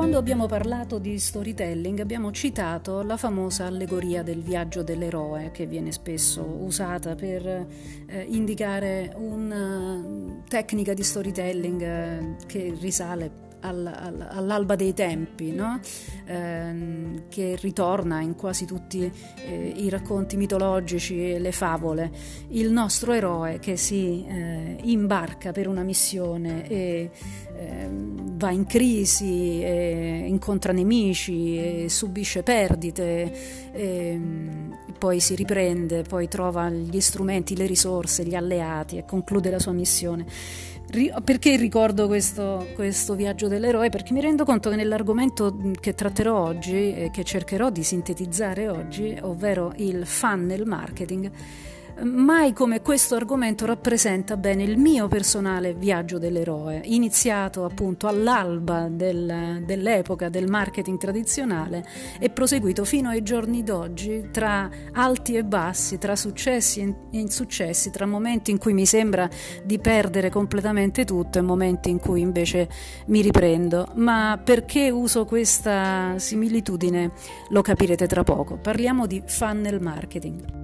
Quando abbiamo parlato di storytelling abbiamo citato la famosa allegoria del viaggio dell'eroe, che viene spesso usata per indicare una tecnica di storytelling che risale all'alba dei tempi, no? Che ritorna in quasi tutti i racconti mitologici e le favole. Il nostro eroe che si imbarca per una missione e va in crisi, incontra nemici, subisce perdite, poi si riprende, poi trova gli strumenti, le risorse, gli alleati e conclude la sua missione. Perché ricordo questo viaggio dell'eroe? Perché mi rendo conto che nell'argomento che tratterò oggi e che cercherò di sintetizzare oggi, ovvero il funnel marketing, mai come questo argomento rappresenta bene il mio personale viaggio dell'eroe, iniziato appunto all'alba dell'epoca del marketing tradizionale e proseguito fino ai giorni d'oggi, tra alti e bassi, tra successi e insuccessi, tra momenti in cui mi sembra di perdere completamente tutto e momenti in cui invece mi riprendo. Ma perché uso questa similitudine lo capirete tra poco. Parliamo di funnel marketing.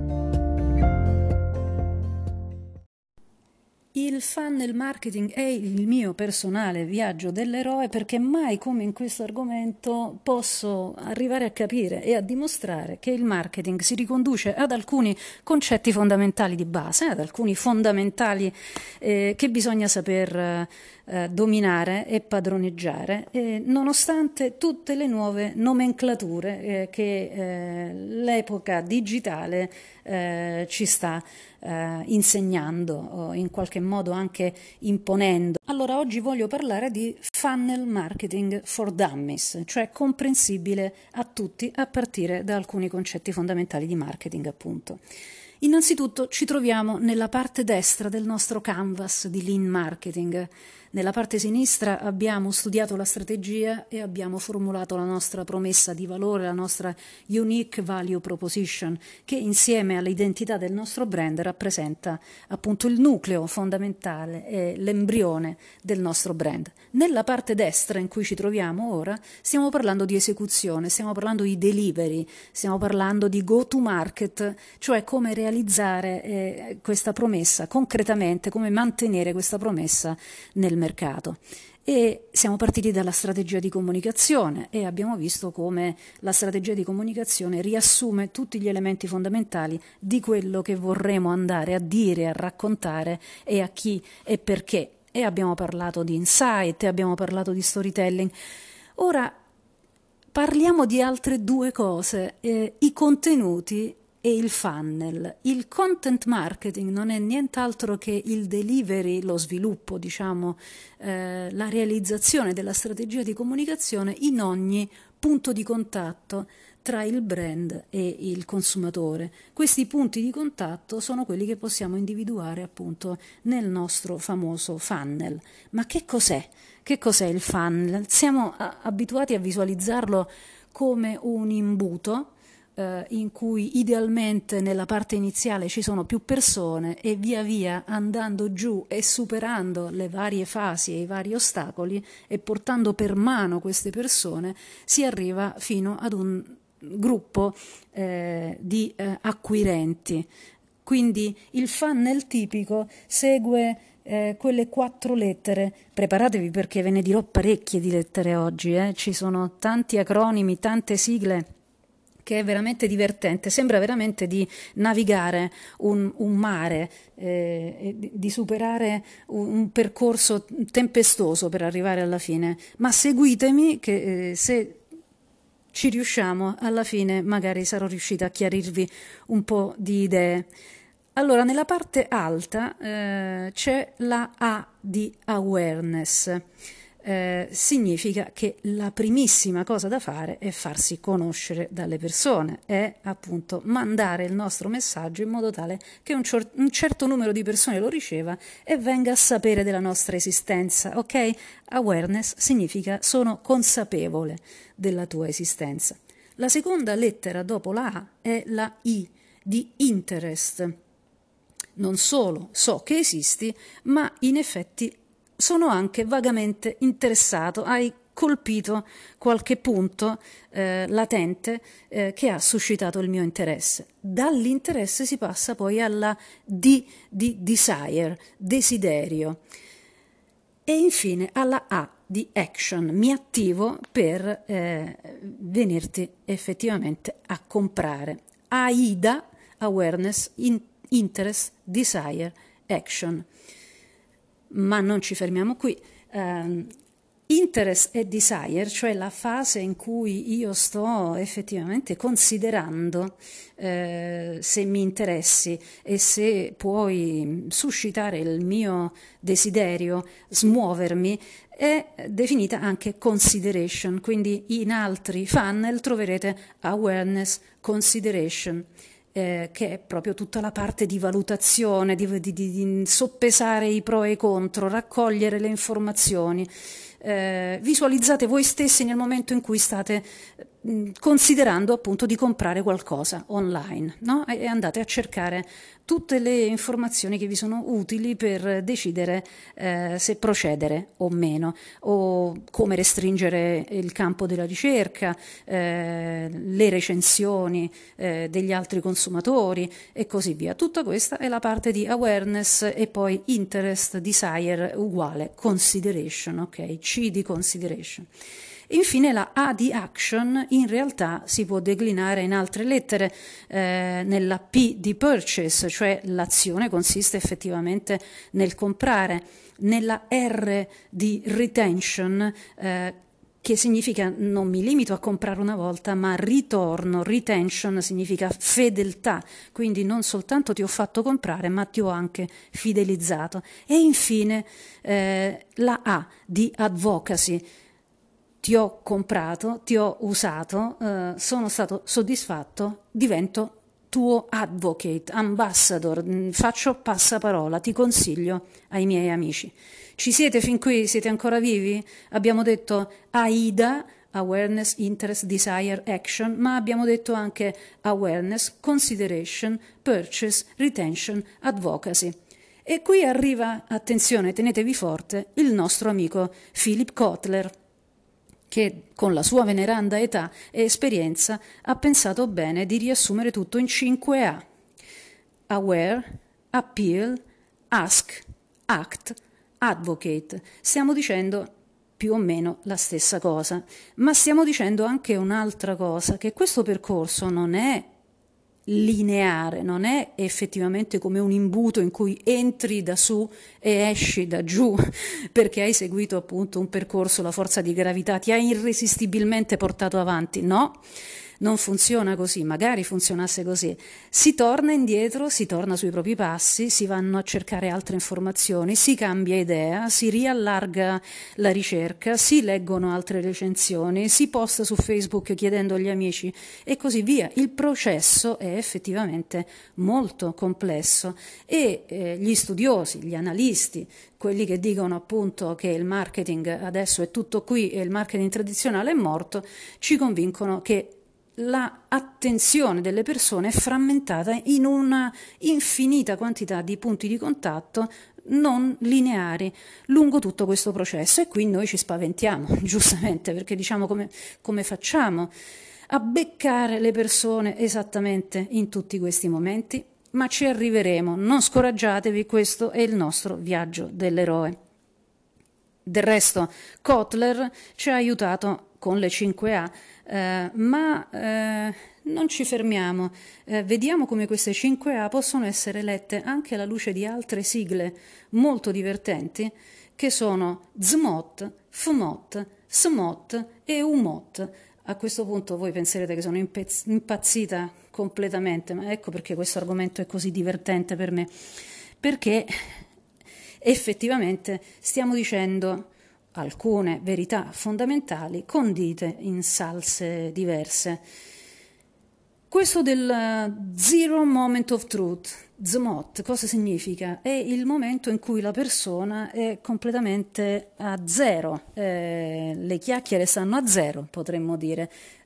Il funnel marketing è il mio personale viaggio dell'eroe perché mai come in questo argomento posso arrivare a capire e a dimostrare che il marketing si riconduce ad alcuni concetti fondamentali di base, ad alcuni fondamentali che bisogna saper dominare e padroneggiare, nonostante tutte le nuove nomenclature che l'epoca digitale ci sta insegnando o in qualche modo anche imponendo. Allora oggi voglio parlare di funnel marketing for dummies, cioè comprensibile a tutti a partire da alcuni concetti fondamentali di marketing, appunto. Innanzitutto ci troviamo nella parte destra del nostro canvas di lean marketing. Nella parte sinistra abbiamo studiato la strategia e abbiamo formulato la nostra promessa di valore, la nostra unique value proposition, che insieme all'identità del nostro brand rappresenta appunto il nucleo fondamentale e l'embrione del nostro brand. Nella parte destra in cui ci troviamo ora stiamo parlando di esecuzione, stiamo parlando di delivery, stiamo parlando di go to market, cioè come realizzare questa promessa concretamente, come mantenere questa promessa nel mercato. E siamo partiti dalla strategia di comunicazione e abbiamo visto come la strategia di comunicazione riassume tutti gli elementi fondamentali di quello che vorremmo andare a dire, a raccontare e a chi e perché. E abbiamo parlato di insight, abbiamo parlato di storytelling. Ora parliamo di altre due cose, i contenuti e il funnel. Il content marketing non è nient'altro che il delivery, lo sviluppo, diciamo, la realizzazione della strategia di comunicazione in ogni punto di contatto tra il brand e il consumatore. Questi punti di contatto sono quelli che possiamo individuare appunto nel nostro famoso funnel. Ma che cos'è? Che cos'è il funnel? Siamo abituati a visualizzarlo come un imbuto in cui idealmente nella parte iniziale ci sono più persone e via via andando giù e superando le varie fasi e i vari ostacoli e portando per mano queste persone si arriva fino ad un gruppo di acquirenti. Quindi il funnel tipico segue quelle 4 lettere. Preparatevi perché ve ne dirò parecchie di lettere oggi, ci sono tanti acronimi, tante sigle, che è veramente divertente, sembra veramente di navigare un mare, di superare un percorso tempestoso per arrivare alla fine, ma seguitemi che se ci riusciamo alla fine magari sarò riuscita a chiarirvi un po' di idee. Allora, nella parte alta c'è la A di awareness. Significa che la primissima cosa da fare è farsi conoscere dalle persone, è appunto mandare il nostro messaggio in modo tale che un certo numero di persone lo riceva e venga a sapere della nostra esistenza, ok? Awareness significa sono consapevole della tua esistenza. La seconda lettera dopo la A è la I di interest. Non solo so che esisti, ma in effetti sono anche vagamente interessato, hai colpito qualche punto latente che ha suscitato il mio interesse. Dall'interesse si passa poi alla D di desire, desiderio, e infine alla A di action, mi attivo per venirti effettivamente a comprare. AIDA, awareness, interest, desire, action. Ma non ci fermiamo qui. Interest e desire, cioè la fase in cui io sto effettivamente considerando se mi interessi e se puoi suscitare il mio desiderio, smuovermi, è definita anche consideration, quindi in altri funnel troverete awareness, consideration, che è proprio tutta la parte di valutazione, di soppesare i pro e i contro, raccogliere le informazioni. Visualizzate voi stessi nel momento in cui state considerando appunto di comprare qualcosa online, no? E andate a cercare tutte le informazioni che vi sono utili per decidere se procedere o meno, o come restringere il campo della ricerca, le recensioni degli altri consumatori e così via. Tutta questa è la parte di awareness, e poi interest, desire uguale consideration, ok? C di consideration. Infine la A di action in realtà si può declinare in altre lettere, nella P di purchase, cioè l'azione consiste effettivamente nel comprare, nella R di retention, che significa non mi limito a comprare una volta, ma ritorno. Retention significa fedeltà, quindi non soltanto ti ho fatto comprare, ma ti ho anche fidelizzato. E infine la A di advocacy. Ti ho comprato, ti ho usato, sono stato soddisfatto, divento tuo advocate, ambassador, faccio passaparola, ti consiglio ai miei amici. Ci siete fin qui? Siete ancora vivi? Abbiamo detto AIDA, awareness, interest, desire, action, ma abbiamo detto anche awareness, consideration, purchase, retention, advocacy. E qui arriva, attenzione, tenetevi forte, il nostro amico Philip Kotler, che con la sua veneranda età e esperienza ha pensato bene di riassumere tutto in 5 A. Aware, appeal, ask, act, advocate. Stiamo dicendo più o meno la stessa cosa, ma stiamo dicendo anche un'altra cosa, che questo percorso non è lineare, non è effettivamente come un imbuto in cui entri da su e esci da giù perché hai seguito appunto un percorso, la forza di gravità ti ha irresistibilmente portato avanti. No, non funziona così, magari funzionasse così. Si torna indietro, si torna sui propri passi, si vanno a cercare altre informazioni, si cambia idea, si riallarga la ricerca, si leggono altre recensioni, si posta su Facebook chiedendo agli amici e così via. Il processo è effettivamente molto complesso e gli studiosi, gli analisti, quelli che dicono appunto che il marketing adesso è tutto qui e il marketing tradizionale è morto, ci convincono che la attenzione delle persone è frammentata in una infinita quantità di punti di contatto non lineari lungo tutto questo processo, e qui noi ci spaventiamo, giustamente, perché diciamo come facciamo a beccare le persone esattamente in tutti questi momenti? Ma ci arriveremo, non scoraggiatevi, questo è il nostro viaggio dell'eroe. Del resto Kotler ci ha aiutato con le 5A, ma non ci fermiamo, vediamo come queste 5A possono essere lette anche alla luce di altre sigle molto divertenti che sono ZMOT, FMOT, SMOT e UMOT. A questo punto voi penserete che sono impazzita completamente, ma ecco perché questo argomento è così divertente per me, perché effettivamente stiamo dicendo alcune verità fondamentali condite in salse diverse. Questo del Zero Moment of Truth, ZMOT, cosa significa? È il momento in cui la persona è completamente a zero, le chiacchiere stanno a zero, potremmo dire,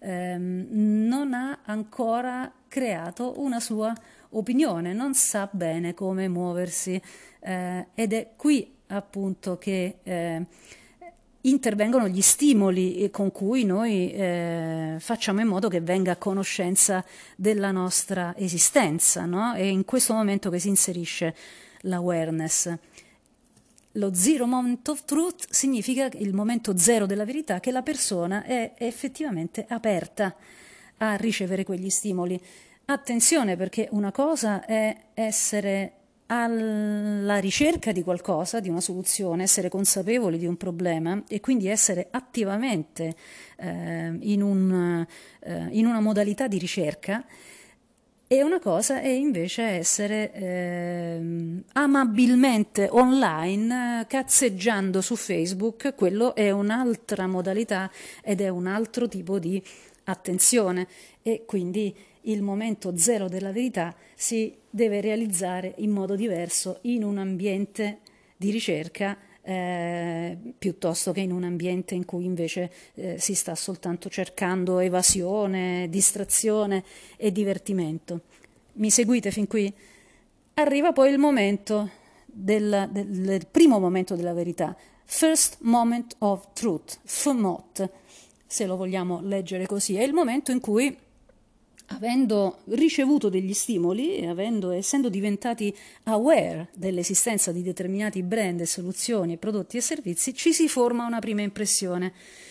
non ha ancora creato una sua opinione, non sa bene come muoversi, ed è qui appunto che intervengono gli stimoli con cui noi facciamo in modo che venga a conoscenza della nostra esistenza, no? È in questo momento che si inserisce l'awareness. Lo zero moment of truth significa il momento zero della verità, che la persona è effettivamente aperta a ricevere quegli stimoli. Attenzione, perché una cosa è essere alla ricerca di qualcosa, di una soluzione, essere consapevoli di un problema e quindi essere attivamente in una modalità di ricerca, e una cosa è invece essere amabilmente online, cazzeggiando su Facebook. Quello è un'altra modalità ed è un altro tipo di attenzione, e quindi il momento zero della verità si deve realizzare in modo diverso in un ambiente di ricerca piuttosto che in un ambiente in cui invece si sta soltanto cercando evasione, distrazione e divertimento. Mi seguite fin qui? Arriva poi il momento del primo momento della verità, First Moment of Truth, FMOT, se lo vogliamo leggere così. È il momento in cui, avendo ricevuto degli stimoli e essendo diventati aware dell'esistenza di determinati brand, soluzioni, prodotti e servizi, ci si forma una prima impressione.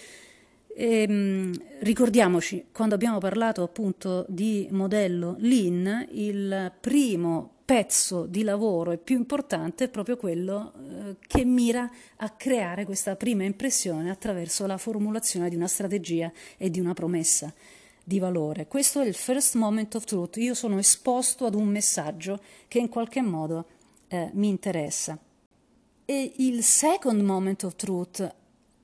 Ricordiamoci, quando abbiamo parlato appunto di modello Lean, il primo pezzo di lavoro e più importante è proprio quello che mira a creare questa prima impressione attraverso la formulazione di una strategia e di una promessa di valore. Questo è il first moment of truth. Io sono esposto ad un messaggio che in qualche modo mi interessa. E il second moment of truth,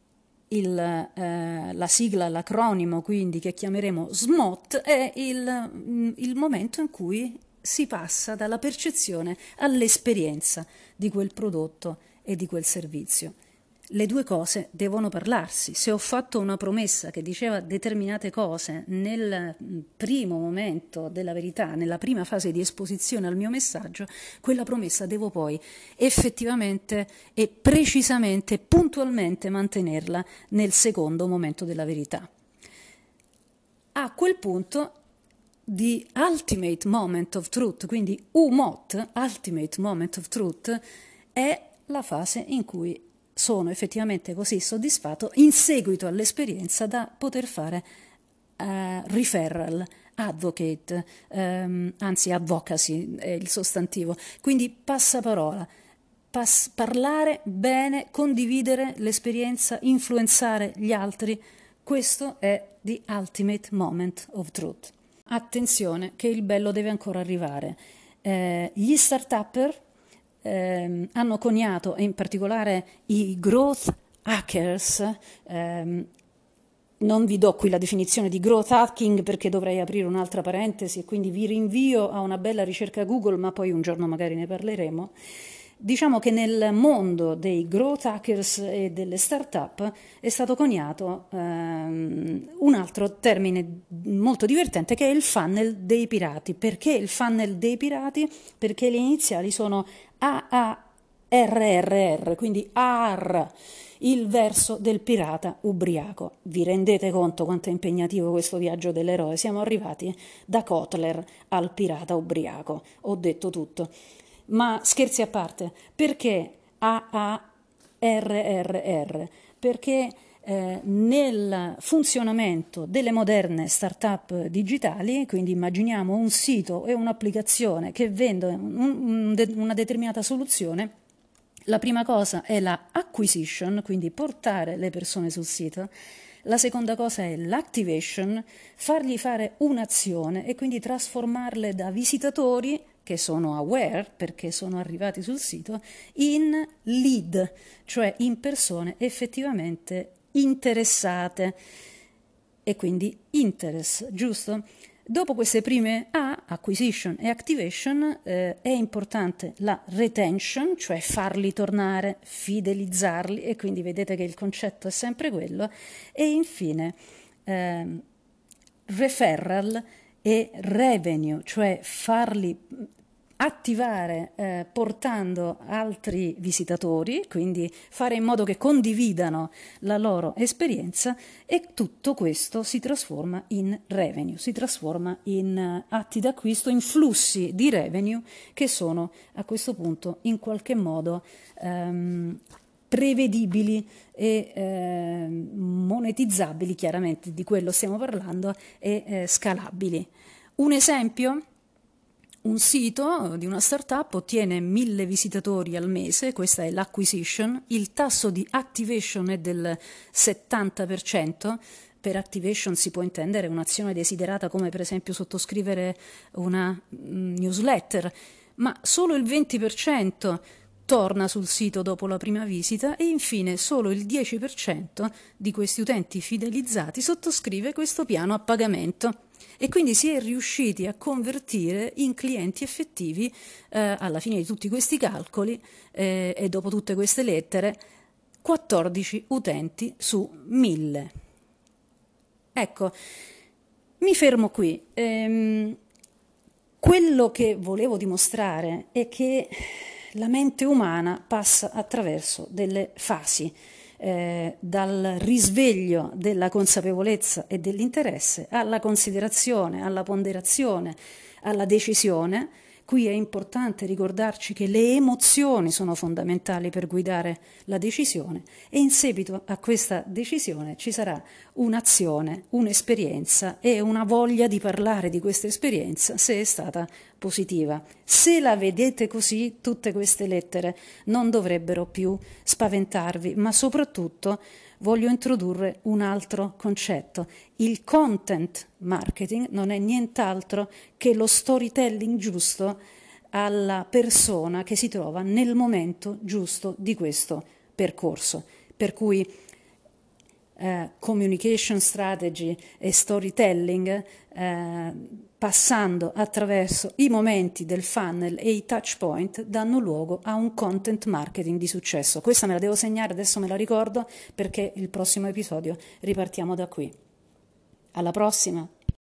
la sigla, l'acronimo quindi che chiameremo SMOT, è il momento in cui si passa dalla percezione all'esperienza di quel prodotto e di quel servizio. Le due cose devono parlarsi. Se ho fatto una promessa che diceva determinate cose nel primo momento della verità, nella prima fase di esposizione al mio messaggio, quella promessa devo poi effettivamente e precisamente, puntualmente mantenerla nel secondo momento della verità. A quel punto di Ultimate Moment of Truth, quindi UMOT, Ultimate Moment of Truth, è la fase in cui sono effettivamente così soddisfatto in seguito all'esperienza da poter fare referral, advocate, anzi advocacy è il sostantivo, quindi passaparola, parlare bene, condividere l'esperienza, influenzare gli altri. Questo è the ultimate moment of truth. Attenzione che il bello deve ancora arrivare. Gli start-upper hanno coniato, e in particolare i growth hackers, non vi do qui la definizione di growth hacking perché dovrei aprire un'altra parentesi e quindi vi rinvio a una bella ricerca Google, ma poi un giorno magari ne parleremo. Diciamo che nel mondo dei growth hackers e delle start-up è stato coniato un altro termine molto divertente, che è il funnel dei pirati. Perché il funnel dei pirati? Perché le iniziali sono AARRR, quindi AR, il verso del pirata ubriaco. Vi rendete conto quanto è impegnativo questo viaggio dell'eroe? Siamo arrivati da Kotler al pirata ubriaco. Ho detto tutto. Ma scherzi a parte, perché AARRR? Perché nel funzionamento delle moderne start-up digitali, quindi immaginiamo un sito e un'applicazione che vendono una determinata soluzione, la prima cosa è la acquisition, quindi portare le persone sul sito. La seconda cosa è l'activation, fargli fare un'azione e quindi trasformarle da visitatori, che sono aware perché sono arrivati sul sito, in lead, cioè in persone effettivamente interessate, e quindi interest, giusto? Dopo queste prime A, acquisition e activation, è importante la retention, cioè farli tornare, fidelizzarli, e quindi vedete che il concetto è sempre quello, e infine referral e revenue, cioè farli attivare portando altri visitatori, quindi fare in modo che condividano la loro esperienza, e tutto questo si trasforma in revenue, si trasforma in atti d'acquisto, in flussi di revenue che sono a questo punto in qualche modo prevedibili e monetizzabili, chiaramente di quello stiamo parlando, e scalabili. Un esempio? Un sito di una startup ottiene 1000 visitatori al mese, questa è l'acquisition, il tasso di activation è del 70%, per activation si può intendere un'azione desiderata come per esempio sottoscrivere una newsletter, ma solo il 20% torna sul sito dopo la prima visita e infine solo il 10% di questi utenti fidelizzati sottoscrive questo piano a pagamento. E quindi si è riusciti a convertire in clienti effettivi alla fine di tutti questi calcoli e dopo tutte queste lettere 14 utenti su 1000. Ecco, mi fermo qui. Quello che volevo dimostrare è che la mente umana passa attraverso delle fasi. Dal risveglio della consapevolezza e dell'interesse alla considerazione, alla ponderazione, alla decisione. Qui è importante ricordarci che le emozioni sono fondamentali per guidare la decisione e in seguito a questa decisione ci sarà un'azione, un'esperienza e una voglia di parlare di questa esperienza se è stata positiva. Se la vedete così, tutte queste lettere non dovrebbero più spaventarvi, ma soprattutto voglio introdurre un altro concetto. Il content marketing non è nient'altro che lo storytelling giusto alla persona che si trova nel momento giusto di questo percorso. Per cui communication strategy e storytelling, passando attraverso i momenti del funnel e i touch point, danno luogo a un content marketing di successo. Questa me la devo segnare, adesso me la ricordo perché il prossimo episodio ripartiamo da qui. Alla prossima!